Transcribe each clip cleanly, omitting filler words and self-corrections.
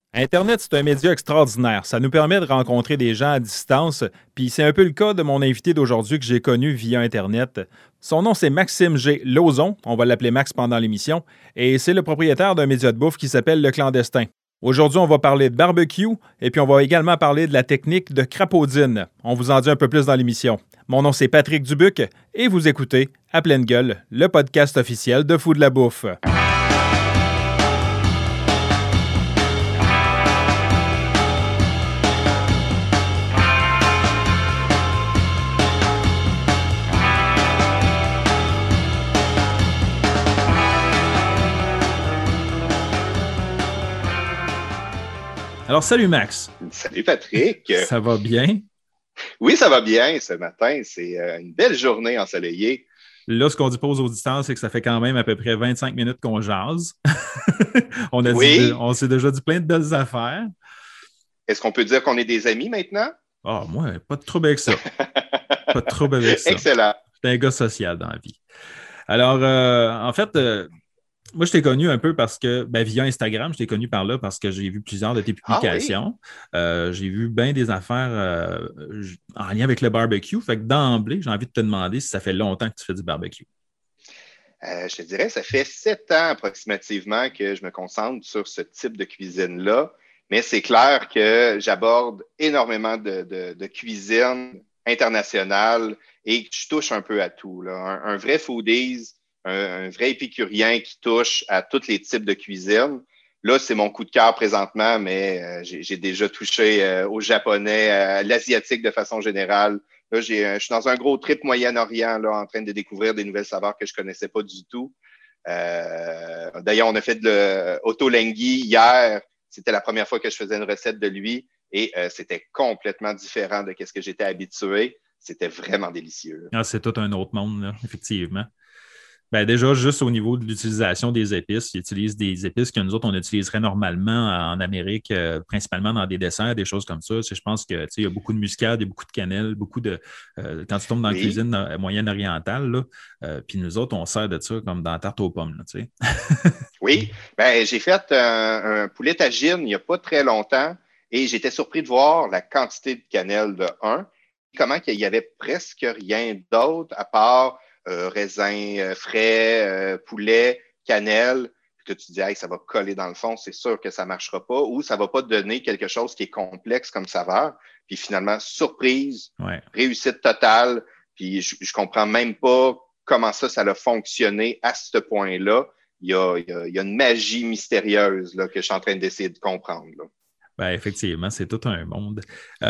Internet, c'est un média extraordinaire. Ça nous permet de rencontrer des gens à distance. Puis c'est un peu le cas de mon invité d'aujourd'hui que j'ai connu via Internet. Son nom, c'est Maxime G. Lauzon. On va l'appeler Max pendant l'émission. Et c'est le propriétaire d'un média de bouffe qui s'appelle Le Clandestin. Aujourd'hui, on va parler de barbecue et puis on va également parler de la technique de crapaudine. On vous en dit un peu plus dans l'émission. Mon nom, c'est Patrick Dubuc et vous écoutez À pleine gueule, le podcast officiel de Fou de la bouffe. Alors, salut Max. Salut Patrick. Ça va bien? Oui, ça va bien ce matin. C'est une belle journée ensoleillée. Là, ce qu'on dit pas aux auditeurs, c'est que ça fait quand même à peu près 25 minutes qu'on jase. Oui. On s'est déjà dit plein de belles affaires. Est-ce qu'on peut dire qu'on est des amis maintenant? Ah, moi, pas de trouble avec ça. Pas de trouble avec ça. Excellent. Je suis un gars social dans la vie. Alors, en fait, moi, je t'ai connu un peu parce que, via Instagram, je t'ai connu par là parce que j'ai vu plusieurs de tes Ah oui. publications. J'ai vu bien des affaires en lien avec le barbecue. Fait que d'emblée, j'ai envie de te demander si ça fait longtemps que tu fais du barbecue. Je te dirais, ça fait 7 ans approximativement que je me concentre sur ce type de cuisine-là. Mais c'est clair que j'aborde énormément de cuisine internationale et que je touche un peu à tout, là. Un vrai foodies, un vrai épicurien qui touche à tous les types de cuisine. Là, c'est mon coup de cœur présentement, mais j'ai déjà touché au japonais, à l'asiatique de façon générale. Là, je suis dans un gros trip Moyen-Orient, là, en train de découvrir des nouvelles saveurs que je connaissais pas du tout. D'ailleurs, on a fait de l'otolenghi hier. C'était la première fois que je faisais une recette de lui et c'était complètement différent de ce que j'étais habitué. C'était vraiment délicieux. Ah, c'est tout un autre monde, là, effectivement. Déjà, juste au niveau de l'utilisation des épices, ils utilisent des épices que nous autres, on utiliserait normalement en Amérique, principalement dans des desserts, des choses comme ça. Je pense que il y a beaucoup de muscade, il y a beaucoup de cannelle, beaucoup de. Quand tu tombes dans la Oui. cuisine moyenne orientale, puis nous autres, on sert de ça comme dans la tarte aux pommes. Là. Oui, j'ai fait un poulet tagine il n'y a pas très longtemps et j'étais surpris de voir la quantité de cannelle de un. Comment qu'il y avait presque rien d'autre à part raisin frais, poulet, cannelle, que tu dis, hey, ça va coller dans le fond, c'est sûr que ça ne marchera pas, ou ça ne va pas donner quelque chose qui est complexe comme saveur. Puis finalement, surprise, Ouais. réussite totale, puis je comprends même pas comment ça a fonctionné à ce point-là. Il y a une magie mystérieuse là, que je suis en train d'essayer de comprendre. Là. Effectivement, c'est tout un monde.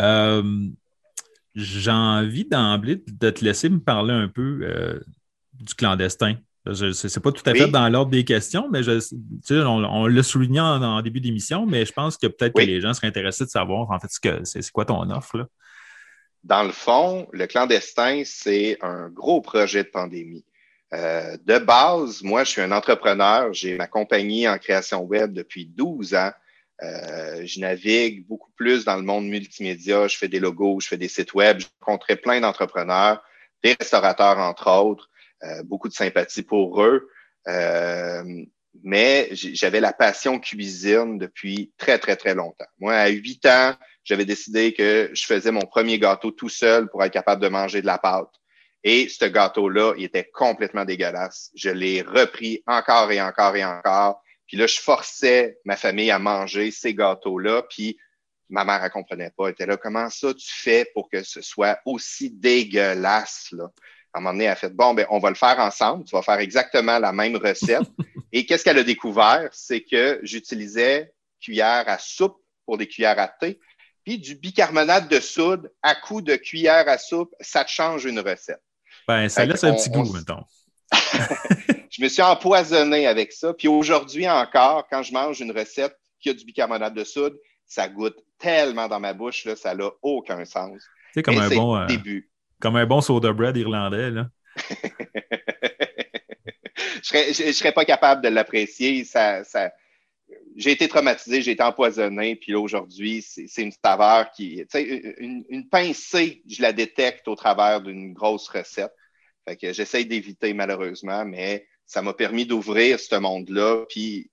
J'ai envie d'emblée de te laisser me parler un peu du clandestin. Ce n'est pas tout à fait Oui, dans l'ordre des questions, mais on l'a souligné en début d'émission, mais je pense que peut-être que oui. les gens seraient intéressés de savoir en fait c'est quoi ton offre. Là. Dans le fond, le clandestin, c'est un gros projet de pandémie. De base, moi, je suis un entrepreneur. J'ai ma compagnie en création web depuis 12 ans. Je navigue beaucoup plus dans le monde multimédia. Je fais des logos, je fais des sites web. Je rencontrais plein d'entrepreneurs, des restaurateurs, entre autres. Beaucoup de sympathie pour eux. Mais j'avais la passion cuisine depuis très, très, très longtemps. Moi, à 8 ans, j'avais décidé que je faisais mon premier gâteau tout seul pour être capable de manger de la pâte. Et ce gâteau-là, il était complètement dégueulasse. Je l'ai repris encore et encore et encore. Puis là, je forçais ma famille à manger ces gâteaux-là. Puis ma mère, elle comprenait pas. Elle était là, comment ça tu fais pour que ce soit aussi dégueulasse, là? À un moment donné, elle a fait, bon, on va le faire ensemble. Tu vas faire exactement la même recette. Et qu'est-ce qu'elle a découvert? C'est que j'utilisais cuillère à soupe pour des cuillères à thé. Puis du bicarbonate de soude à coup de cuillère à soupe, ça te change une recette. Ça laisse un petit goût, mettons. Je me suis empoisonné avec ça. Puis aujourd'hui encore, quand je mange une recette qui a du bicarbonate de soude, ça goûte tellement dans ma bouche, là, ça n'a aucun sens. C'est Mais c'est le début. Comme un bon soda bread irlandais. Là. Je serais pas capable de l'apprécier. J'ai été traumatisé, j'ai été empoisonné, puis là, aujourd'hui, c'est une saveur qui, tu sais, une pincée, je la détecte au travers d'une grosse recette. Fait que j'essaye d'éviter malheureusement, mais ça m'a permis d'ouvrir ce monde-là, puis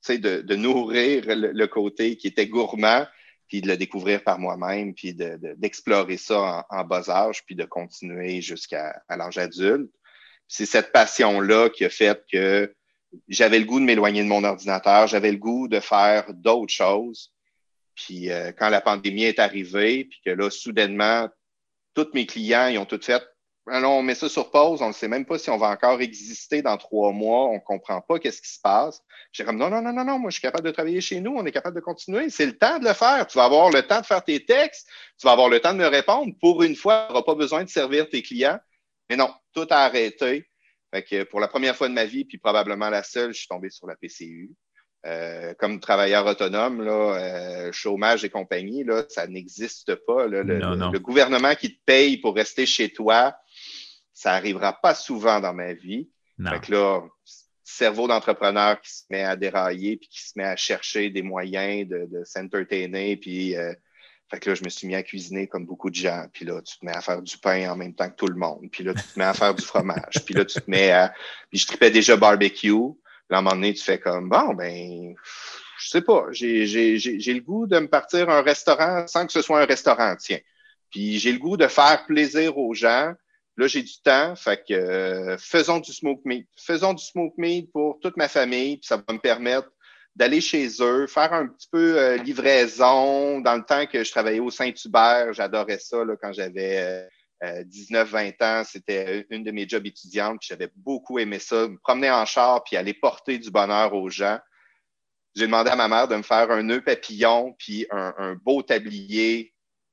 de nourrir le côté qui était gourmand, puis de le découvrir par moi-même, puis d'explorer ça en bas âge, puis de continuer jusqu'à l'âge adulte. C'est cette passion-là qui a fait que j'avais le goût de m'éloigner de mon ordinateur, j'avais le goût de faire d'autres choses. Puis quand la pandémie est arrivée, puis que là, soudainement, tous mes clients, ils ont tout fait. Alors, on met ça sur pause, on ne sait même pas si on va encore exister dans 3 mois, on ne comprend pas qu'est-ce qui se passe. J'ai comme non, moi je suis capable de travailler chez nous, on est capable de continuer, c'est le temps de le faire. Tu vas avoir le temps de faire tes textes, tu vas avoir le temps de me répondre. Pour une fois, tu n'auras pas besoin de servir tes clients. Mais non, tout a arrêté. Fait que pour la première fois de ma vie, puis probablement la seule, je suis tombé sur la PCU. Comme travailleur autonome, là, chômage et compagnie, là, ça n'existe pas. Là. Le gouvernement qui te paye pour rester chez toi, ça n'arrivera pas souvent dans ma vie. Non. Fait que là, cerveau d'entrepreneur qui se met à dérailler puis qui se met à chercher des moyens de s'entertainer. Puis, fait que là, je me suis mis à cuisiner comme beaucoup de gens. Puis là, tu te mets à faire du pain en même temps que tout le monde. Puis là, tu te mets à faire du fromage. Puis là, tu te mets à... Puis je tripais déjà barbecue. Là, à un moment donné, tu fais comme, bon, ben, je sais pas, j'ai le goût de me partir un restaurant sans que ce soit un restaurant, tiens. Puis j'ai le goût de faire plaisir aux gens. Là, j'ai du temps, fait que faisons du smoke meat. Faisons du smoke meat pour toute ma famille, puis ça va me permettre d'aller chez eux, faire un petit peu livraison. Dans le temps que je travaillais au Saint-Hubert, j'adorais ça là, quand j'avais 19-20 ans, c'était une de mes jobs étudiantes, puis j'avais beaucoup aimé ça, me promener en char, puis aller porter du bonheur aux gens. J'ai demandé à ma mère de me faire un nœud papillon, puis un beau tablier.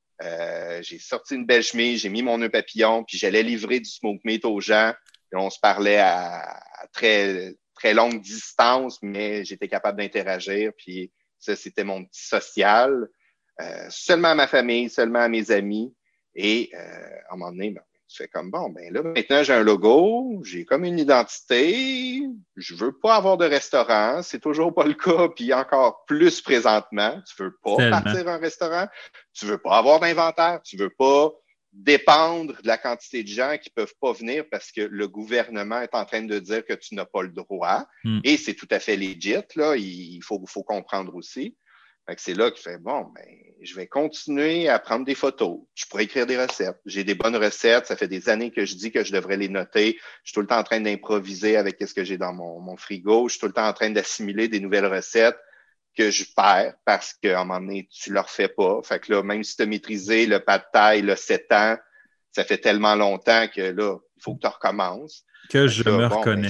J'ai sorti une belle chemise, j'ai mis mon nœud papillon, puis j'allais livrer du smoke meat aux gens. Puis on se parlait à très, très longue distance, mais j'étais capable d'interagir, puis ça, c'était mon petit social. Seulement à ma famille, seulement à mes amis. Et à un moment donné, ben, tu fais comme, bon, ben là, maintenant, j'ai un logo, j'ai comme une identité, je veux pas avoir de restaurant, c'est toujours pas le cas, puis encore plus présentement, tu veux pas partir un restaurant, tu veux pas avoir d'inventaire, tu veux pas dépendre de la quantité de gens qui peuvent pas venir parce que le gouvernement est en train de dire que tu n'as pas le droit, et c'est tout à fait legit, là, il faut comprendre aussi. Fait que c'est là qu'il fait, bon, ben, je vais continuer à prendre des photos. Je pourrais écrire des recettes. J'ai des bonnes recettes. Ça fait des années que je dis que je devrais les noter. Je suis tout le temps en train d'improviser avec ce que j'ai dans mon frigo. Je suis tout le temps en train d'assimiler des nouvelles recettes que je perds parce qu'à un moment donné, tu ne le refais pas. Fait que là, même si tu as maîtrisé le pad thai, le 7 ans, ça fait tellement longtemps que là, il faut que tu recommences. Que je me reconnais.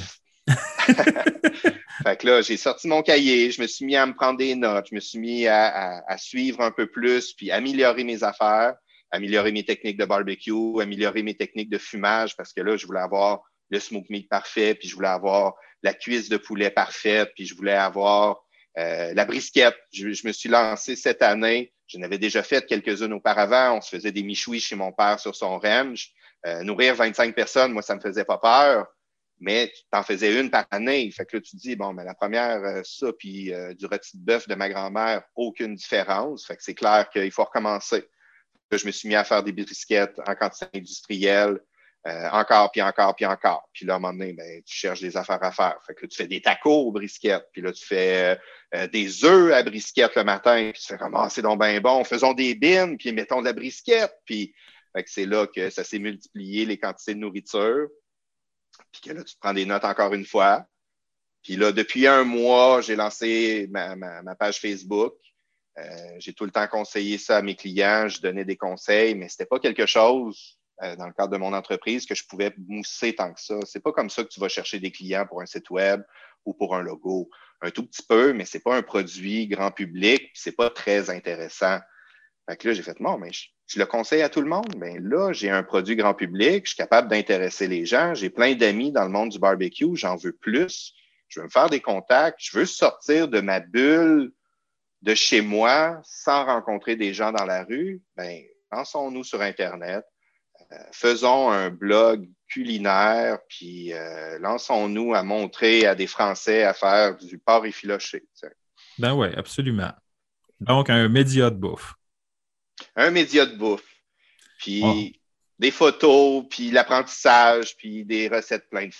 Fait que là, j'ai sorti mon cahier, je me suis mis à me prendre des notes, je me suis mis à suivre un peu plus, puis améliorer mes affaires, améliorer mes techniques de barbecue, améliorer mes techniques de fumage, parce que là, je voulais avoir le smoke meat parfait, puis je voulais avoir la cuisse de poulet parfaite, puis je voulais avoir la brisquette. Je me suis lancé cette année. Je n'avais déjà fait quelques-unes auparavant. On se faisait des michouis chez mon père sur son ranch. Nourrir 25 personnes, moi, ça me faisait pas peur. Mais tu t'en faisais une par année. Fait que là, tu te dis, bon, mais la première, ça, puis du rôti de bœuf de ma grand-mère, aucune différence. Fait que c'est clair qu'il faut recommencer. Là, je me suis mis à faire des brisquettes en quantité industrielle, encore, puis encore, puis encore. Puis là, à un moment donné, ben, tu cherches des affaires à faire. Fait que là, tu fais des tacos aux brisquettes. Puis là, tu fais des œufs à brisquette le matin. Puis tu fais comme, c'est donc bien bon. Faisons des bines, puis mettons de la brisquette. Puis fait que c'est là que ça s'est multiplié, les quantités de nourriture. Puis que là, tu te prends des notes encore une fois. Puis là, depuis un mois, j'ai lancé ma page Facebook. J'ai tout le temps conseillé ça à mes clients. Je donnais des conseils, mais c'était pas quelque chose, dans le cadre de mon entreprise, que je pouvais mousser tant que ça. C'est pas comme ça que tu vas chercher des clients pour un site web ou pour un logo. Un tout petit peu, mais c'est pas un produit grand public, puis c'est pas très intéressant. Fait que là, j'ai fait, non, mais je le conseille à tout le monde. Mais là, j'ai un produit grand public, je suis capable d'intéresser les gens. J'ai plein d'amis dans le monde du barbecue, j'en veux plus. Je veux me faire des contacts, je veux sortir de ma bulle de chez moi sans rencontrer des gens dans la rue. Ben, lançons-nous sur Internet, faisons un blog culinaire, puis lançons-nous à montrer à des Français à faire du porc effiloché. Ben oui, absolument. Donc, un média de bouffe. Un média de bouffe, puis des photos, puis l'apprentissage, puis des recettes plein de fautes.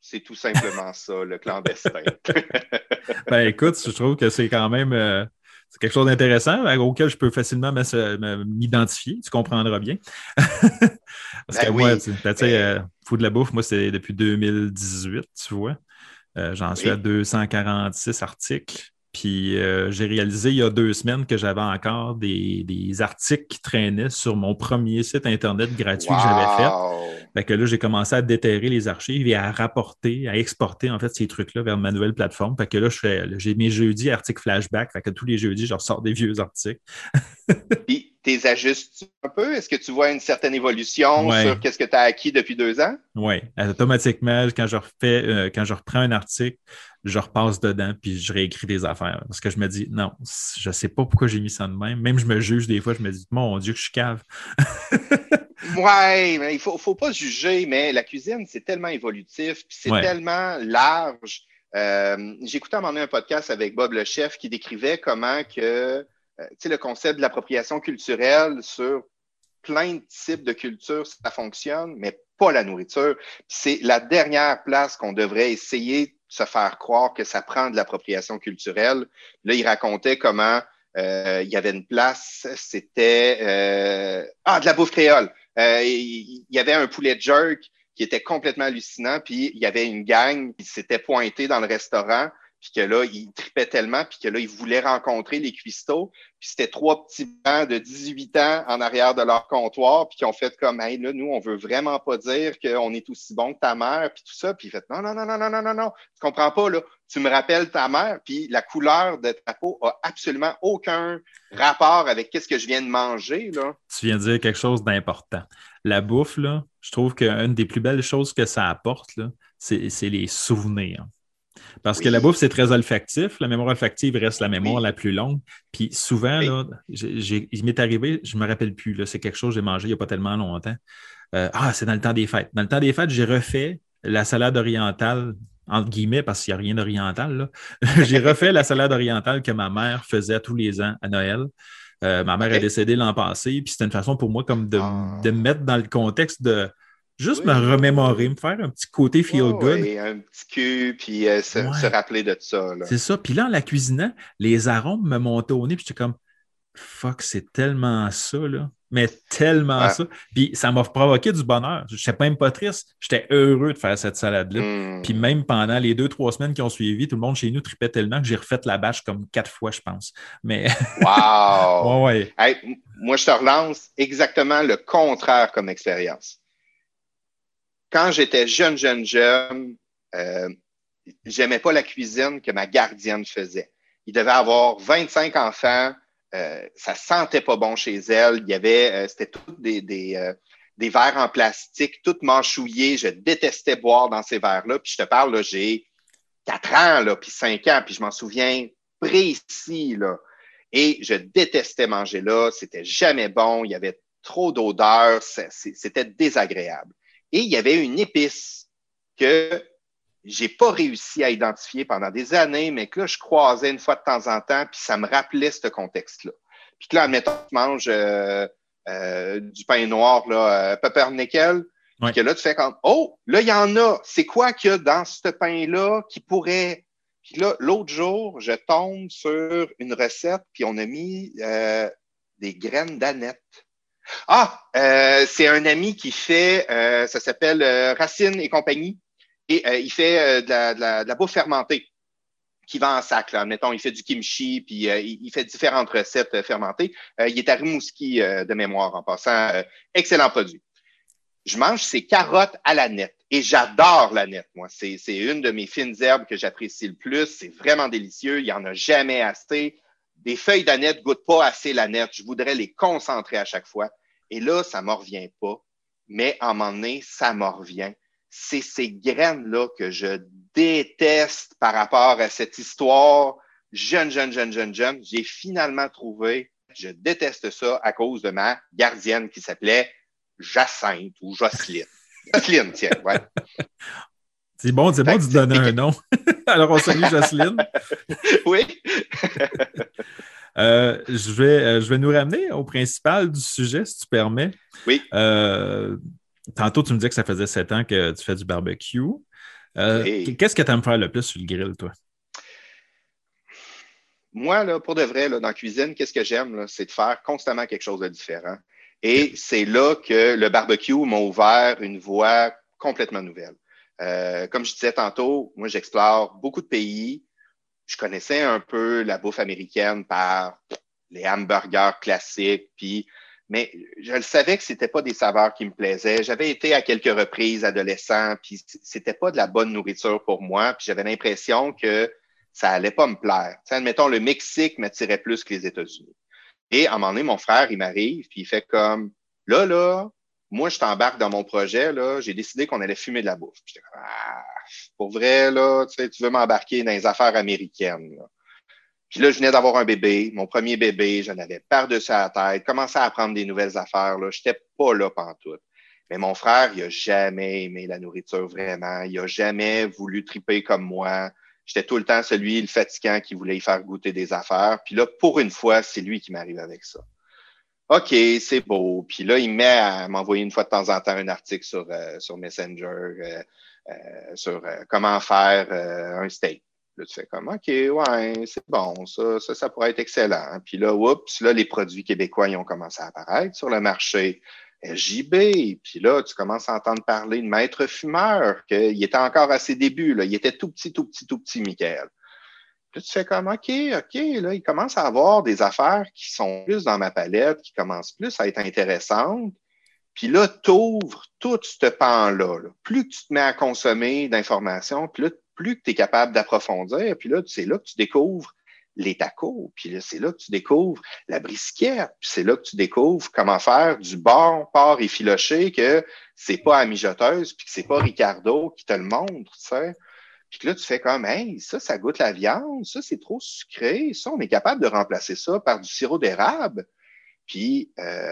C'est tout simplement ça, le clandestin. Ben écoute, je trouve que c'est quand même c'est quelque chose d'intéressant auquel je peux facilement m'identifier. Tu comprendras bien. Parce que Ben moi, oui, tu sais, mais Fou de la bouffe, moi, c'est depuis 2018, tu vois. J'en suis à oui. 246 articles. Puis j'ai réalisé il y a 2 semaines que j'avais encore des articles qui traînaient sur mon premier site Internet gratuit que j'avais fait. Wow! Fait que là, j'ai commencé à déterrer les archives et à rapporter, à exporter en fait ces trucs-là vers ma nouvelle plateforme. Fait que là, j'ai mes jeudis articles flashback. Fait que tous les jeudis, je ressors des vieux articles. Puis, t'es ajustes un peu? Est-ce que tu vois une certaine évolution sur Ouais, qu'est-ce que tu as acquis depuis 2 ans? oui, automatiquement, quand je reprends un article, je repasse dedans puis je réécris des affaires. Parce que je me dis, non, je ne sais pas pourquoi j'ai mis ça de même. Même je me juge des fois, je me dis, mon Dieu, que je suis cave. Ouais, mais il faut pas juger, mais la cuisine, c'est tellement évolutif, puis c'est Ouais, tellement large. J'écoutais à un moment donné un podcast avec Bob le chef qui décrivait comment que, tu sais, le concept de l'appropriation culturelle sur plein de types de cultures, ça fonctionne, mais pas la nourriture. C'est la dernière place qu'on devrait essayer de se faire croire que ça prend de l'appropriation culturelle. Là, il racontait comment il y avait une place, c'était de la bouffe créole. Il y avait un poulet jerk qui était complètement hallucinant, puis il y avait une gang qui s'était pointée dans le restaurant, puis que là, ils tripaient tellement, puis que là, ils voulaient rencontrer les cuistots. Puis c'était 3 petits blancs de 18 ans en arrière de leur comptoir, puis qui ont fait comme, hey, là, nous, on veut vraiment pas dire qu'on est aussi bon que ta mère, puis tout ça. Puis il fait, non, non, non, non, non, non, non, non, tu comprends pas, là. Tu me rappelles ta mère, puis la couleur de ta peau a absolument aucun rapport avec qu'est-ce que je viens de manger, là. tu viens de dire quelque chose d'important. La bouffe, là, je trouve qu'une des plus belles choses que ça apporte, là, c'est les souvenirs. Parce que la bouffe, Oui, c'est très olfactif. La mémoire olfactive reste la mémoire la oui, plus longue. Puis souvent, oui. là, il m'est arrivé, je ne me rappelle plus, là, c'est quelque chose que j'ai mangé il n'y a pas tellement longtemps. C'est dans le temps des fêtes. Dans le temps des fêtes, j'ai refait la salade orientale, entre guillemets, parce qu'il n'y a rien d'oriental, là. J'ai refait la salade orientale que ma mère faisait tous les ans à Noël. Ma mère est OK? décédée l'an passé, puis c'était une façon pour moi comme de me Ah, mettre dans le contexte de juste me oui, oui, remémorer, oui. me faire un petit côté Oui, feel good. oui, un petit cul, puis se Ouais, rappeler de ça, là. c'est ça. Puis là, en la cuisinant, les arômes me montaient au nez, puis j'étais comme, fuck, c'est tellement ça, là. Mais tellement Ouais. ça. Puis ça m'a provoqué du bonheur. Je n'étais même pas triste. J'étais heureux de faire cette salade-là. Puis Hmm. même pendant les 2, 3 semaines qui ont suivi, tout le monde chez nous tripait tellement que j'ai refait la batch comme 4 fois, je pense. Mais ouais, Wow! ouais. Hey, moi, je te relance exactement le contraire comme expérience. Quand j'étais jeune, euh, j'aimais pas la cuisine que ma gardienne faisait. Il devait avoir 25 enfants, ça sentait pas bon chez elle. Il y avait, c'était tous des verres en plastique, tout mâchouillés. Je détestais boire dans ces verres-là. Puis je te parle, là, j'ai 4 ans, là, puis 5 ans, puis je m'en souviens précis, là. Et je détestais manger là, c'était jamais bon, il y avait trop d'odeur, c'était désagréable. Et il y avait une épice que j'ai pas réussi à identifier pendant des années, mais que là, je croisais une fois de temps en temps, puis ça me rappelait ce contexte-là. Puis que là, admettons, tu manges du pain noir, là, peppernickel, puis Ouais. que là, tu fais comme, oh, là, il y en a. C'est quoi qu'il y a dans ce pain-là qui pourrait. Puis là, l'autre jour, je tombe sur une recette, puis on a mis des graines d'aneth. C'est un ami qui fait, ça s'appelle Racine et compagnie, et il fait de la bouffe fermentée qui vend en sac. Là. Mettons, il fait du kimchi, puis il fait différentes recettes fermentées. Il est à Rimouski de mémoire en passant. Excellent produit. Je mange ses carottes à la nette et j'adore la nette, moi. C'est une de mes fines herbes que j'apprécie le plus. C'est vraiment délicieux. Il n'y en a jamais assez. Des feuilles d'aneth ne goûtent pas assez la nette. Je voudrais les concentrer à chaque fois. Et là, ça ne me revient pas. Mais à un moment donné, ça me revient. C'est ces graines-là que je déteste par rapport à cette histoire jeune. J'ai finalement trouvé, je déteste ça à cause de ma gardienne qui s'appelait Jacinthe ou Jocelyne. Jocelyne, tiens, ouais. C'est bon Fait de que, se donner un nom. Alors, on salue Jocelyne. oui. Je vais nous ramener au principal du sujet, si tu permets. Oui. Euh, Tantôt, tu me disais que ça faisait 7 ans que tu fais du barbecue. Oui. Qu'est-ce que tu aimes faire le plus sur le grill, toi? Moi, là, pour de vrai, là, dans la cuisine, qu'est-ce que j'aime, là, c'est de faire constamment quelque chose de différent. OK. Et c'est là que le barbecue m'a ouvert une voie complètement nouvelle. Comme je disais tantôt, moi, j'explore beaucoup de pays. Je connaissais un peu la bouffe américaine par les hamburgers classiques, mais je le savais que c'était pas des saveurs qui me plaisaient. J'avais été à quelques reprises adolescent, puis c'était pas de la bonne nourriture pour moi, puis j'avais l'impression que ça allait pas me plaire. T'sais, admettons, le Mexique m'attirait plus que les États-Unis. Et à un moment donné, mon frère, il m'arrive, puis il fait comme, là, moi, je t'embarque dans mon projet, là, j'ai décidé qu'on allait fumer de la bouffe. J'étais comme, pour vrai, là, tu veux m'embarquer dans les affaires américaines, là. Puis là, je venais d'avoir un bébé, mon premier bébé, j'en avais par-dessus la tête, commençais à apprendre des nouvelles affaires, là. J'étais pas là pantoute. Mais mon frère, il a jamais aimé la nourriture vraiment. Il a jamais voulu triper comme moi. J'étais tout le temps celui, le fatigant, qui voulait y faire goûter des affaires. Puis là, pour une fois, c'est lui qui m'arrive avec ça. OK, c'est beau. Puis là, il met à m'envoyer une fois de temps en temps un article sur Messenger sur comment faire un steak. Là, tu fais comme, OK, ouais, c'est bon, ça pourrait être excellent. Puis là, oups, là, les produits québécois, ils ont commencé à apparaître sur le marché. JB, puis là, tu commences à entendre parler de Maître Fumeur, qu'il était encore à ses débuts, là. Il était tout petit, Michael. Puis là, tu fais comme, OK, là, il commence à avoir des affaires qui sont plus dans ma palette, qui commencent plus à être intéressantes. Puis là, tu ouvres tout ce pan-là. Là. Plus que tu te mets à consommer d'informations, puis là, plus que tu es capable d'approfondir, puis là, c'est là que tu découvres les tacos, puis là, c'est là que tu découvres la brisquette, puis c'est là que tu découvres comment faire du bon porc effiloché, que c'est pas à mijoteuse, puis que c'est pas Ricardo qui te le montre, tu sais. Puis que là, tu fais comme, hey, ça goûte la viande, ça, c'est trop sucré, ça, on est capable de remplacer ça par du sirop d'érable. Puis,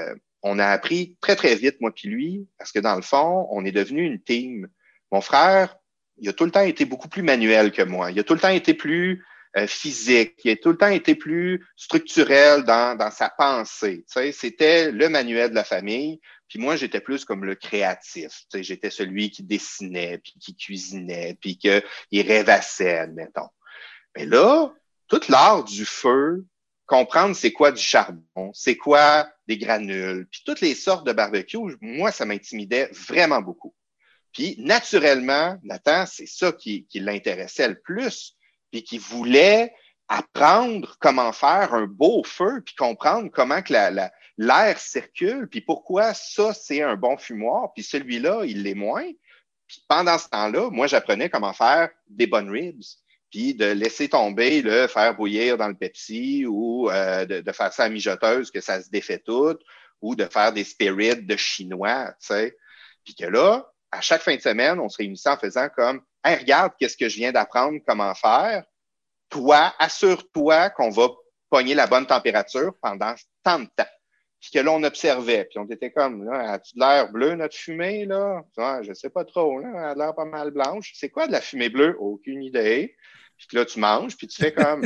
on a appris très, très vite, moi puis lui, parce que dans le fond, on est devenu une team. Mon frère, il a tout le temps été beaucoup plus manuel que moi. Il a tout le temps été plus physique. Il a tout le temps été plus structurel dans sa pensée. Tu sais, c'était le manuel de la famille. Puis moi, j'étais plus comme le créatif. Tu sais, j'étais celui qui dessinait, puis qui cuisinait, puis qu'il rêvassait, admettons. Mais là, toute l'art du feu, comprendre c'est quoi du charbon, c'est quoi des granules, puis toutes les sortes de barbecue, moi, ça m'intimidait vraiment beaucoup. Puis, naturellement, Nathan, c'est ça qui l'intéressait le plus, puis qui voulait apprendre comment faire un beau feu, puis comprendre comment que l'air circule, puis pourquoi ça, c'est un bon fumoir, puis celui-là, il l'est moins. Puis pendant ce temps-là, moi, j'apprenais comment faire des bonnes ribs, puis de laisser tomber le faire bouillir dans le Pepsi ou de faire ça à mijoteuse, que ça se défait tout, ou de faire des spirits de chinois, tu sais. Puis que là, à chaque fin de semaine, on se réunissait en faisant comme, hey, regarde, qu'est-ce que je viens d'apprendre, comment faire. Toi, assure-toi qu'on va pogner la bonne température pendant tant de temps. Puis que là, on observait. Puis on était comme, là, as-tu de l'air bleu, notre fumée, là? Ouais, je sais pas trop, là. Elle a l'air pas mal blanche. C'est quoi de la fumée bleue? Aucune idée. Puis que là, tu manges, puis tu fais comme,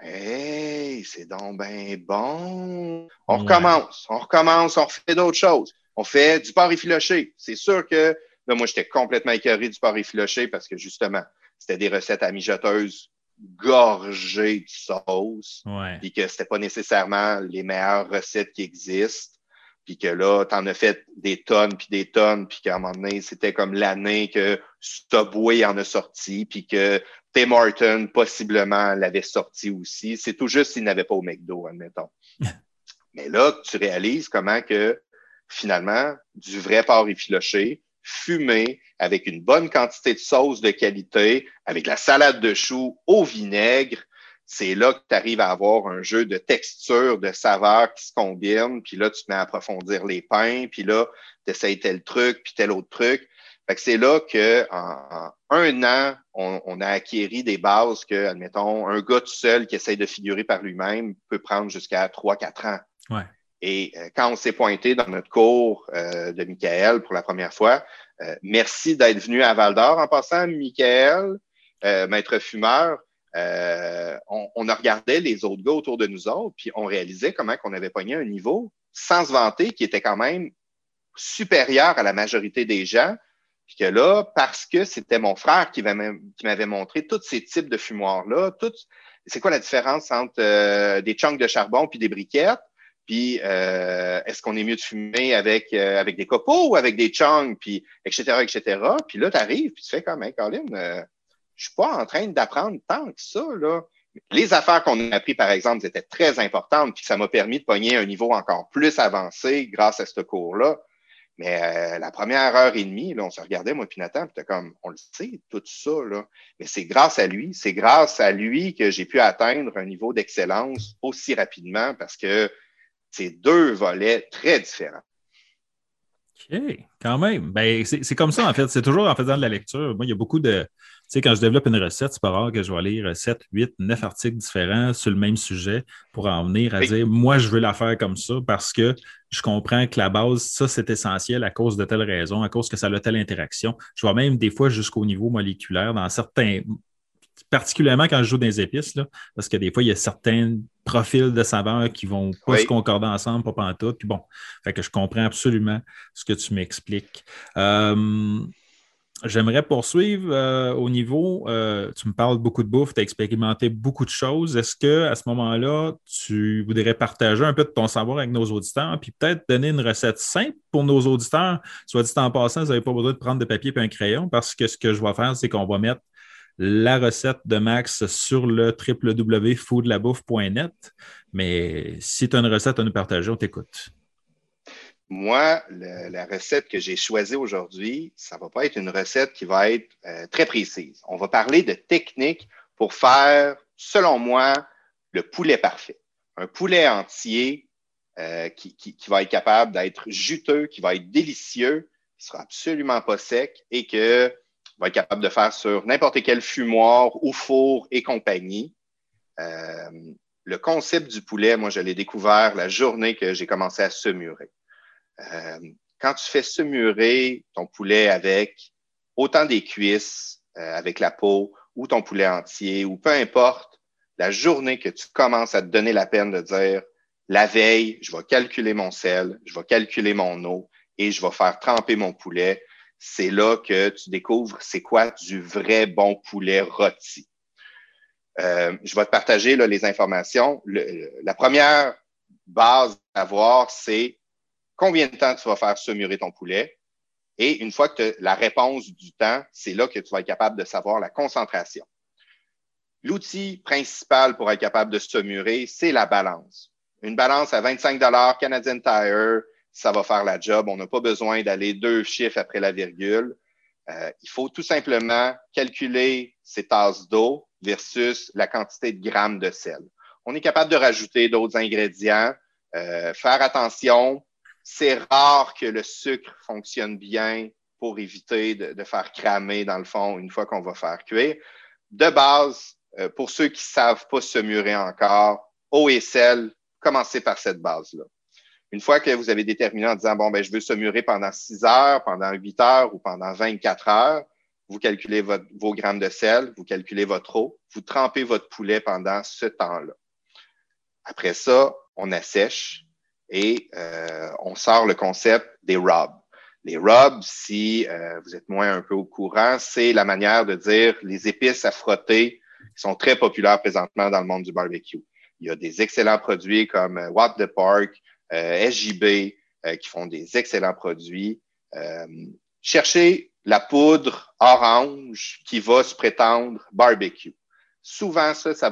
hey, c'est donc ben bon. Ouais. On recommence, on refait d'autres choses. On fait du porc effiloché. C'est sûr que, là, moi, j'étais complètement écœuré du porc effiloché parce que, justement, c'était des recettes à mijoteuse gorgées de sauce, Ouais. puis que c'était pas nécessairement les meilleures recettes qui existent, puis que là, t'en as fait des tonnes, puis qu'à un moment donné, c'était comme l'année que Subway en a sorti, puis que Tim Hortons, possiblement, l'avait sorti aussi. C'est tout juste s'il n'avait pas au McDo, admettons. Mais là, tu réalises comment que, finalement, du vrai porc effiloché, fumé, avec une bonne quantité de sauce de qualité, avec la salade de choux au vinaigre, c'est là que tu arrives à avoir un jeu de texture, de saveurs qui se combinent, puis là, tu te mets à approfondir les pains, puis là, tu essayes tel truc, puis tel autre truc. Fait que c'est là qu'en un an, on a acquéri des bases que, admettons, un gars tout seul qui essaye de figurer par lui-même peut prendre jusqu'à 3, 4 ans. Ouais. Et quand on s'est pointé dans notre cours de Michael pour la première fois, merci d'être venu à Val-d'Or. En passant, Michael, maître fumeur, on a regardé les autres gars autour de nous autres, puis on réalisait comment qu'on avait pogné un niveau, sans se vanter, qui était quand même supérieur à la majorité des gens, Puis que là, parce que c'était mon frère qui m'avait montré tous ces types de fumoirs-là, c'est quoi la différence entre des chunks de charbon puis des briquettes? Puis est-ce qu'on est mieux de fumer avec des copeaux ou avec des chunks, puis etc., etc. Puis là, tu arrives, puis tu fais comme, hey, Colin, je suis pas en train d'apprendre tant que ça, là. Les affaires qu'on a appris, par exemple, étaient très importantes, puis ça m'a permis de pogner un niveau encore plus avancé grâce à ce cours-là. Mais la première heure et demie, là, on se regardait, moi puis Nathan, puis t'es comme, on le sait, tout ça, là. Mais c'est grâce à lui que j'ai pu atteindre un niveau d'excellence aussi rapidement parce que c'est deux volets très différents. OK, quand même. Ben, c'est comme ça, en fait. C'est toujours en faisant de la lecture. Moi, il y a beaucoup de. Tu sais, quand je développe une recette, c'est pas rare que je vais lire 7, 8, 9 articles différents sur le même sujet pour en venir à dire, moi, je veux la faire comme ça parce que je comprends que la base, ça, c'est essentiel à cause de telle raison, à cause que ça a telle interaction. Je vais même des fois jusqu'au niveau moléculaire dans certains. Particulièrement quand je joue dans les épices, là, parce que des fois, il y a certains profils de saveurs qui vont pas se concorder ensemble, pas pantoute. Puis bon, fait que je comprends absolument ce que tu m'expliques. J'aimerais poursuivre au niveau, tu me parles beaucoup de bouffe, tu as expérimenté beaucoup de choses. Est-ce qu'à ce moment-là, tu voudrais partager un peu de ton savoir avec nos auditeurs, puis peut-être donner une recette simple pour nos auditeurs? Soit dit en passant, vous n'avez pas besoin de prendre de papier et un crayon, parce que ce que je vais faire, c'est qu'on va mettre la recette de Max sur le www.foodlabouffe.net. Mais si tu as une recette à nous partager, on t'écoute. Moi, la recette que j'ai choisie aujourd'hui, ça ne va pas être une recette qui va être très précise. On va parler de techniques pour faire, selon moi, le poulet parfait. Un poulet entier qui va être capable d'être juteux, qui va être délicieux, qui ne sera absolument pas sec et que va être capable de faire sur n'importe quel fumoir ou four et compagnie. Le concept du poulet, moi, je l'ai découvert la journée que j'ai commencé à saumurer. Quand tu fais saumurer ton poulet avec autant des cuisses, avec la peau, ou ton poulet entier, ou peu importe, la journée que tu commences à te donner la peine de dire la veille, je vais calculer mon sel, je vais calculer mon eau et je vais faire tremper mon poulet, c'est là que tu découvres c'est quoi du vrai bon poulet rôti. Je vais te partager là, les informations. La première base à voir, c'est combien de temps tu vas faire saumurer ton poulet. Et une fois que tu as la réponse du temps, c'est là que tu vas être capable de savoir la concentration. L'outil principal pour être capable de saumurer, c'est la balance. Une balance à 25 $ Canadian Tire, ça va faire la job. On n'a pas besoin d'aller 2 chiffres après la virgule. Il faut tout simplement calculer ses tasses d'eau versus la quantité de grammes de sel. On est capable de rajouter d'autres ingrédients, faire attention. C'est rare que le sucre fonctionne bien pour éviter de faire cramer, dans le fond, une fois qu'on va faire cuire. De base, pour ceux qui ne savent pas saumurer encore, eau et sel, commencez par cette base-là. Une fois que vous avez déterminé en disant, bon, ben, je veux saumurer pendant 6 heures, pendant 8 heures ou pendant 24 heures, vous calculez vos grammes de sel, vous calculez votre eau, vous trempez votre poulet pendant ce temps-là. Après ça, on assèche et on sort le concept des rubs. Les rubs, si vous êtes moins un peu au courant, c'est la manière de dire les épices à frotter qui sont très populaires présentement dans le monde du barbecue. Il y a des excellents produits comme What the Park, SJB, qui font des excellents produits. Cherchez la poudre orange qui va se prétendre barbecue. Souvent, ça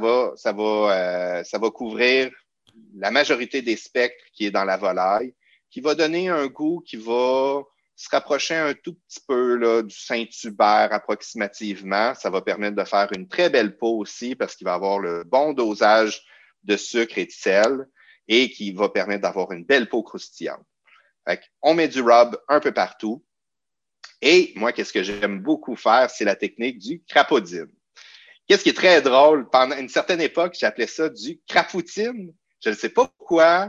va couvrir la majorité des spectres qui est dans la volaille, qui va donner un goût qui va se rapprocher un tout petit peu là, du Saint-Hubert approximativement. Ça va permettre de faire une très belle peau aussi parce qu'il va avoir le bon dosage de sucre et de sel et qui va permettre d'avoir une belle peau croustillante. Fait on met du rub un peu partout. Et moi, qu'est-ce que j'aime beaucoup faire, c'est la technique du crapaudine. Qu'est-ce qui est très drôle, pendant une certaine époque, j'appelais ça du crapoutine. Je ne sais pas pourquoi,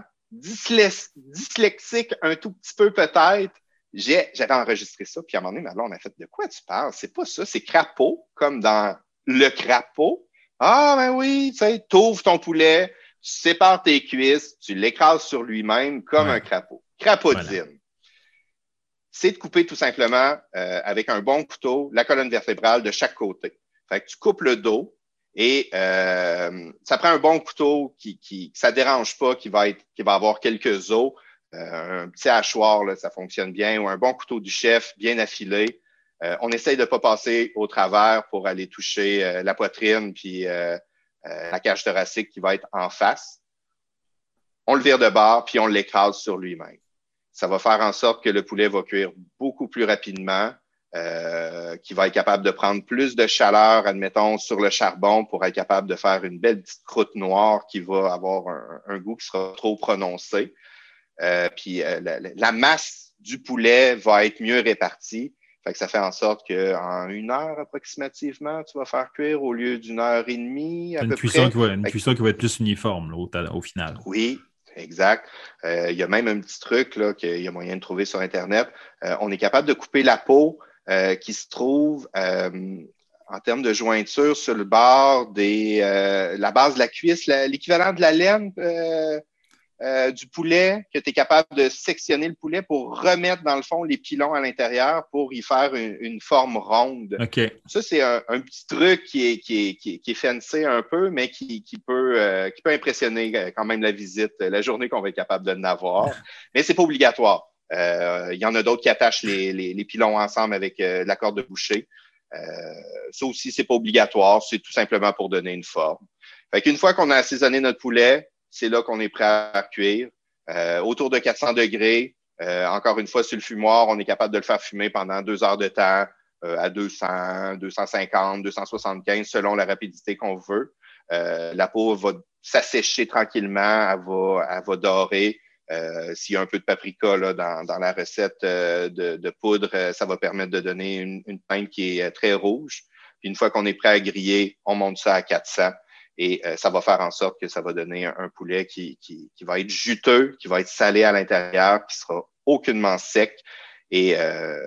dyslexique un tout petit peu peut-être. J'avais enregistré ça, puis à un moment donné, ma blonde a fait « De quoi tu parles? C'est pas ça, c'est crapaud, comme dans le crapaud. » Ah, ben oui, tu sais, t'ouvres ton poulet, tu sépares tes cuisses, tu l'écrases sur lui-même comme un crapaud. Crapaudine. Voilà. c'est de couper tout simplement avec un bon couteau la colonne vertébrale de chaque côté. Fait que tu coupes le dos et ça prend un bon couteau qui ça dérange pas, qui va avoir quelques os. Un petit hachoir, là, ça fonctionne bien, ou un bon couteau du chef bien affilé. On essaye de ne pas passer au travers pour aller toucher la poitrine puis la cage thoracique qui va être en face. On le vire de bord puis on l'écrase sur lui-même. Ça va faire en sorte que le poulet va cuire beaucoup plus rapidement, qu'il va être capable de prendre plus de chaleur, admettons, sur le charbon pour être capable de faire une belle petite croûte noire qui va avoir un goût qui sera trop prononcé. Puis la masse du poulet va être mieux répartie. Fait que ça fait en sorte qu'en 1 heure approximativement, tu vas faire cuire au lieu d'1 heure et demie à peu près. Une cuisson qui va être plus uniforme là, au final. Oui, exact. Il y a même un petit truc là, qu'il y a moyen de trouver sur Internet. On est capable de couper la peau qui se trouve en termes de jointure sur le bord la base de la cuisse, l'équivalent de la laine du poulet, que tu es capable de sectionner le poulet pour remettre dans le fond les pilons à l'intérieur pour y faire une forme ronde. Okay. Ça, c'est un petit truc qui est fancy un peu, mais qui peut impressionner quand même la visite, la journée qu'on va être capable de l'avoir. Mais c'est pas obligatoire. Il y en a d'autres qui attachent les pilons ensemble avec la corde de boucher. Ça aussi, c'est pas obligatoire. C'est tout simplement pour donner une forme. Fait qu'une fois qu'on a assaisonné notre poulet, c'est là qu'on est prêt à cuire. Autour de 400 degrés. Encore une fois, sur le fumoir, on est capable de le faire fumer pendant 2 heures de temps à 200, 250, 275 selon la rapidité qu'on veut. La peau va s'assécher tranquillement, elle va dorer. S'il y a un peu de paprika là, dans la recette de poudre, ça va permettre de donner une teinte qui est très rouge. Puis une fois qu'on est prêt à griller, on monte ça à 400. Et ça va faire en sorte que ça va donner un poulet qui va être juteux, qui va être salé à l'intérieur, qui sera aucunement sec. Et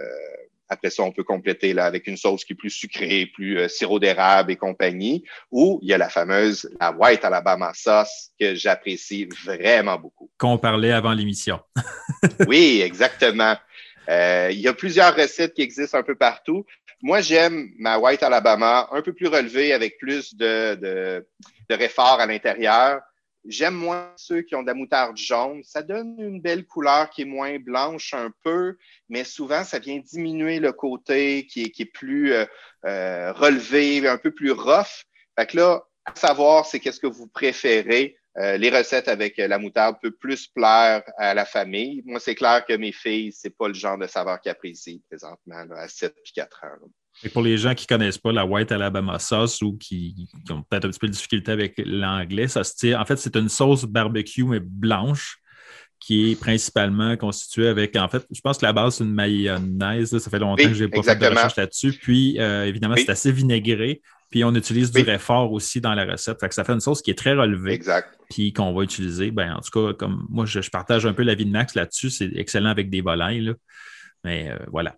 après ça, on peut compléter là, avec une sauce qui est plus sucrée, plus sirop d'érable et compagnie. Ou il y a la White Alabama Sauce que j'apprécie vraiment beaucoup. Qu'on parlait avant l'émission. Oui, exactement. Il y a plusieurs recettes qui existent un peu partout. Moi, j'aime ma White Alabama un peu plus relevée avec plus de réfort à l'intérieur. J'aime moins ceux qui ont de la moutarde jaune. Ça donne une belle couleur qui est moins blanche un peu, mais souvent, ça vient diminuer le côté qui est plus relevé, un peu plus rough. Fait que là, à savoir, c'est qu'est-ce que vous préférez. Les recettes avec la moutarde peuvent plus plaire à la famille. Moi, c'est clair que mes filles, c'est pas le genre de saveur qu'elles apprécient présentement là, à 7 et 4 ans. Là. Et pour les gens qui ne connaissent pas la White Alabama Sauce ou qui ont peut-être un petit peu de difficulté avec l'anglais, ça se tire. En fait, c'est une sauce barbecue, mais blanche, qui est principalement constituée avec, en fait, je pense que la base, c'est une mayonnaise. Là, ça fait longtemps que je n'ai pas fait de recherche là-dessus. Puis, évidemment, c'est assez vinaigré. Puis, on utilise du réfort aussi dans la recette. Fait que ça fait une sauce qui est très relevée. Exact. Puis, qu'on va utiliser. Ben, en tout cas, comme moi, je partage un peu l'avis de Max là-dessus. C'est excellent avec des volailles. Là. Mais voilà.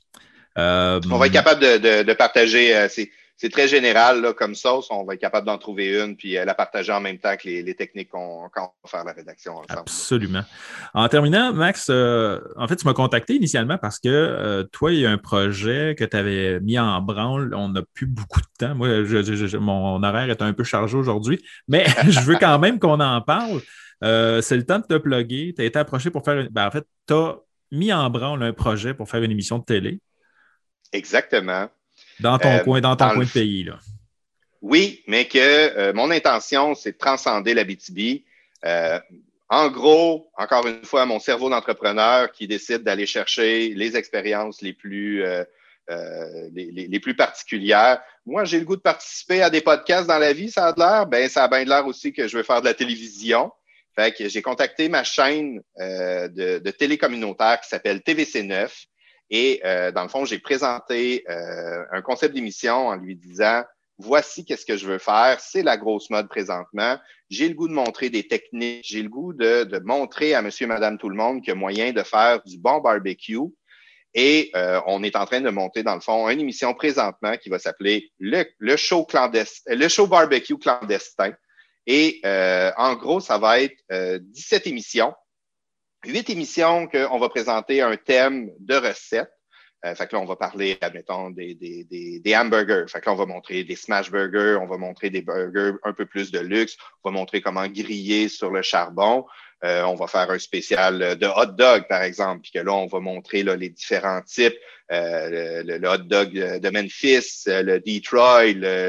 On va être capable de partager. C'est très général là, comme sauce. On va être capable d'en trouver une puis la partager en même temps que les techniques qu'on va faire la rédaction ensemble. Absolument. En terminant, Max, en fait, tu m'as contacté initialement parce que toi, il y a un projet que tu avais mis en branle. On n'a plus beaucoup de temps. Moi, mon horaire est un peu chargé aujourd'hui, mais je veux quand même qu'on en parle. C'est le temps de te plugger. Tu as été approché pour faire en fait, tu as mis en branle un projet pour faire une émission de télé. Exactement. Dans ton coin de pays, là. Oui, mais que mon intention, c'est de transcender l'Abitibi. En gros, encore une fois, mon cerveau d'entrepreneur qui décide d'aller chercher les expériences les plus particulières. Moi, j'ai le goût de participer à des podcasts dans la vie, ça a de l'air. Ben, ça a bien de l'air aussi que je veux faire de la télévision. Fait que j'ai contacté ma chaîne de télé communautaire qui s'appelle TVC9. Et dans le fond, j'ai présenté un concept d'émission en lui disant « Voici qu'est-ce que je veux faire, c'est la grosse mode présentement. J'ai le goût de montrer des techniques, j'ai le goût de montrer à monsieur, madame, tout le monde qu'il y a moyen de faire du bon barbecue. » Et on est en train de monter, dans le fond, une émission présentement qui va s'appeler le show barbecue clandestin. Et en gros, ça va être 17 émissions 8 émissions qu'on va présenter un thème de recette. Fait que là, on va parler, admettons, des hamburgers. Fait que là, on va montrer des smash burgers, on va montrer des burgers un peu plus de luxe, on va montrer comment griller sur le charbon. On va faire un spécial de hot dog, par exemple, puis que là, on va montrer là, les différents types, le hot dog de Memphis, le Detroit,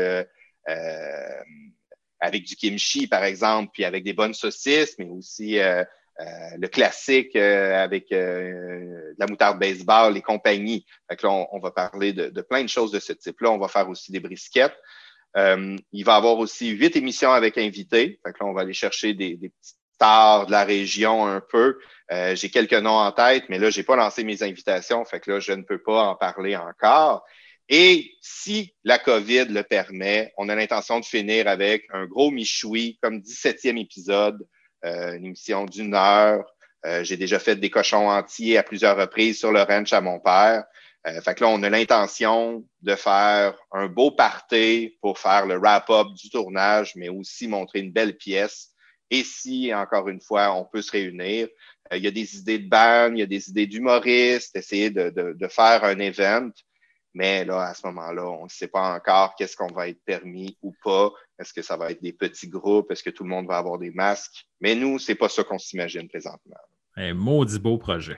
avec du kimchi, par exemple, puis avec des bonnes saucisses, mais aussi le classique avec la moutarde baseball, les compagnies. Fait que là, on va parler de plein de choses de ce type-là. On va faire aussi des brisquettes. Il va y avoir aussi 8 émissions avec invités. Fait que là, on va aller chercher des petites stars de la région un peu. J'ai quelques noms en tête, mais là, je n'ai pas lancé mes invitations. Fait que là, je ne peux pas en parler encore. Et si la COVID le permet, on a l'intention de finir avec un gros michoui comme 17e épisode, une émission d'1 heure. J'ai déjà fait des cochons entiers à plusieurs reprises sur le ranch à mon père. Fait que là, on a l'intention de faire un beau party pour faire le wrap-up du tournage, mais aussi montrer une belle pièce. Et si, encore une fois, on peut se réunir, il y a des idées de band, il y a des idées d'humoristes, essayer de faire un event. Mais là, à ce moment-là, on ne sait pas encore qu'est-ce qu'on va être permis ou pas. Est-ce que ça va être des petits groupes? Est-ce que tout le monde va avoir des masques? Mais nous, c'est pas ça qu'on s'imagine présentement. Un maudit beau projet.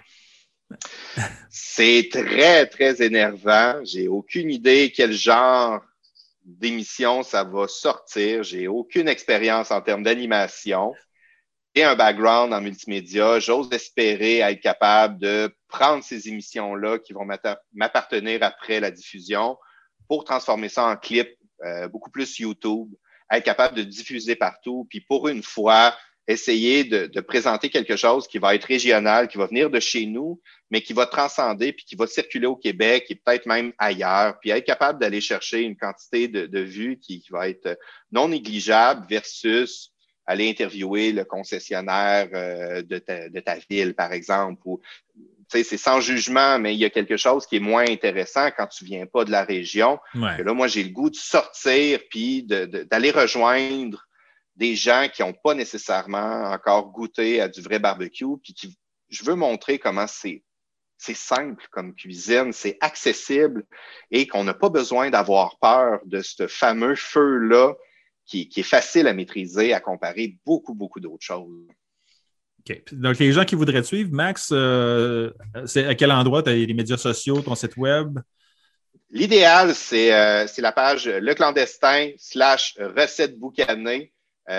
C'est très, très énervant. J'ai aucune idée quel genre d'émission ça va sortir. J'ai aucune expérience en termes d'animation et un background en multimédia. J'ose espérer être capable de prendre ces émissions-là qui vont m'appartenir après la diffusion pour transformer ça en clip, beaucoup plus YouTube, être capable de diffuser partout, puis pour une fois, essayer de présenter quelque chose qui va être régional, qui va venir de chez nous, mais qui va transcender, puis qui va circuler au Québec et peut-être même ailleurs, puis être capable d'aller chercher une quantité de vues qui va être non négligeable versus aller interviewer le concessionnaire de ta ville, par exemple. Ou, c'est sans jugement, mais il y a quelque chose qui est moins intéressant quand tu viens pas de la région. Ouais. Que là, moi, j'ai le goût de sortir puis d'aller rejoindre des gens qui n'ont pas nécessairement encore goûté à du vrai barbecue, puis je veux montrer comment c'est simple comme cuisine, c'est accessible et qu'on n'a pas besoin d'avoir peur de ce fameux feu-là qui est facile à maîtriser, à comparer beaucoup, beaucoup d'autres choses. OK. Donc, les gens qui voudraient te suivre, Max, c'est à quel endroit? Tu as les médias sociaux, ton site web? L'idéal, c'est la page Le Clandestin / recettes boucanées.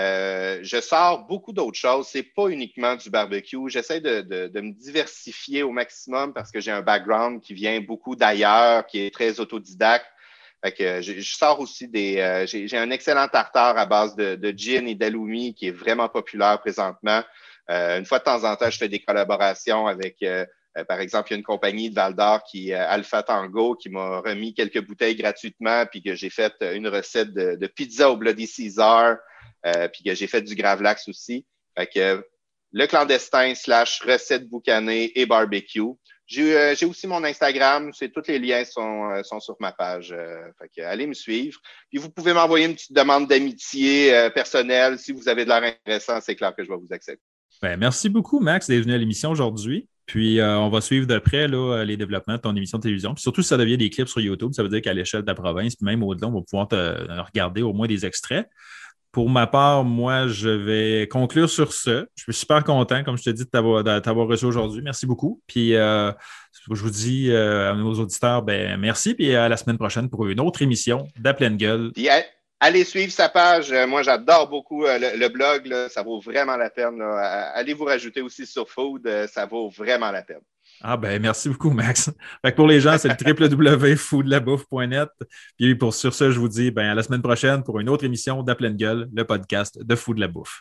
Je sors beaucoup d'autres choses. C'est pas uniquement du barbecue. J'essaie de me diversifier au maximum parce que j'ai un background qui vient beaucoup d'ailleurs, qui est très autodidacte. Fait que je sors aussi j'ai un excellent tartare à base de gin et d'aloumi qui est vraiment populaire présentement. Une fois de temps en temps, je fais des collaborations avec, par exemple, il y a une compagnie de Val-d'Or Alpha Tango, qui m'a remis quelques bouteilles gratuitement, puis que j'ai fait une recette de pizza au Bloody Caesar, puis que j'ai fait du gravlax aussi. Fait que Le Clandestin / recettes boucanées et barbecue. J'ai aussi mon Instagram, tous les liens sont sur ma page. Fait que allez me suivre. Puis vous pouvez m'envoyer une petite demande d'amitié personnelle. Si vous avez de l'air intéressant, c'est clair que je vais vous accepter. Ben, merci beaucoup, Max, d'être venu à l'émission aujourd'hui. Puis on va suivre de près là, les développements de ton émission de télévision. Puis surtout, si ça devient des clips sur YouTube, ça veut dire qu'à l'échelle de la province, puis même au-delà, on va pouvoir regarder au moins des extraits. Pour ma part, moi, je vais conclure sur ce. Je suis super content, comme je te dis, de t'avoir reçu aujourd'hui. Merci beaucoup. Puis, je vous dis à nos auditeurs, ben, merci. Puis à la semaine prochaine pour une autre émission d'À pleine gueule. Puis, allez suivre sa page. Moi, j'adore beaucoup le blog. Là, ça vaut vraiment la peine. Là. Allez vous rajouter aussi sur Food. Ça vaut vraiment la peine. Ah ben merci beaucoup, Max. Fait que pour les gens, c'est le www.foodlabouffe.net. Puis sur ce, je vous dis ben, à la semaine prochaine pour une autre émission d'À pleine gueule, le podcast de Fou de la bouffe.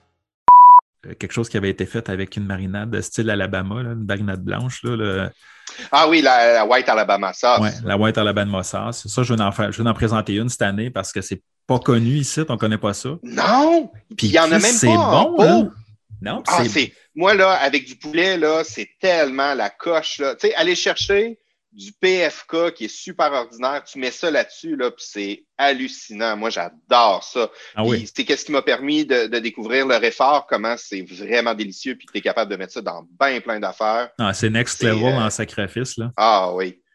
quelque chose qui avait été fait avec une marinade style Alabama, là, une marinade blanche. Là, Ah oui, la White Alabama sauce. Oui, la White Alabama sauce. Ça, je vais en présenter une cette année parce que c'est pas connu ici, on ne connaît pas ça. Non! Puis il n'y en a même pas en bon, pot. hein? Non, Moi, là, avec du poulet, là, c'est tellement la coche, là. Tu sais, aller chercher du PFK qui est super ordinaire, tu mets ça là-dessus, là, puis c'est hallucinant. Moi, j'adore ça. Ah oui. C'est qu'est-ce qui m'a permis de découvrir le réfort, comment c'est vraiment délicieux, puis que tu es capable de mettre ça dans bien plein d'affaires. Ah, c'est next level en sacrifice, là. Ah oui.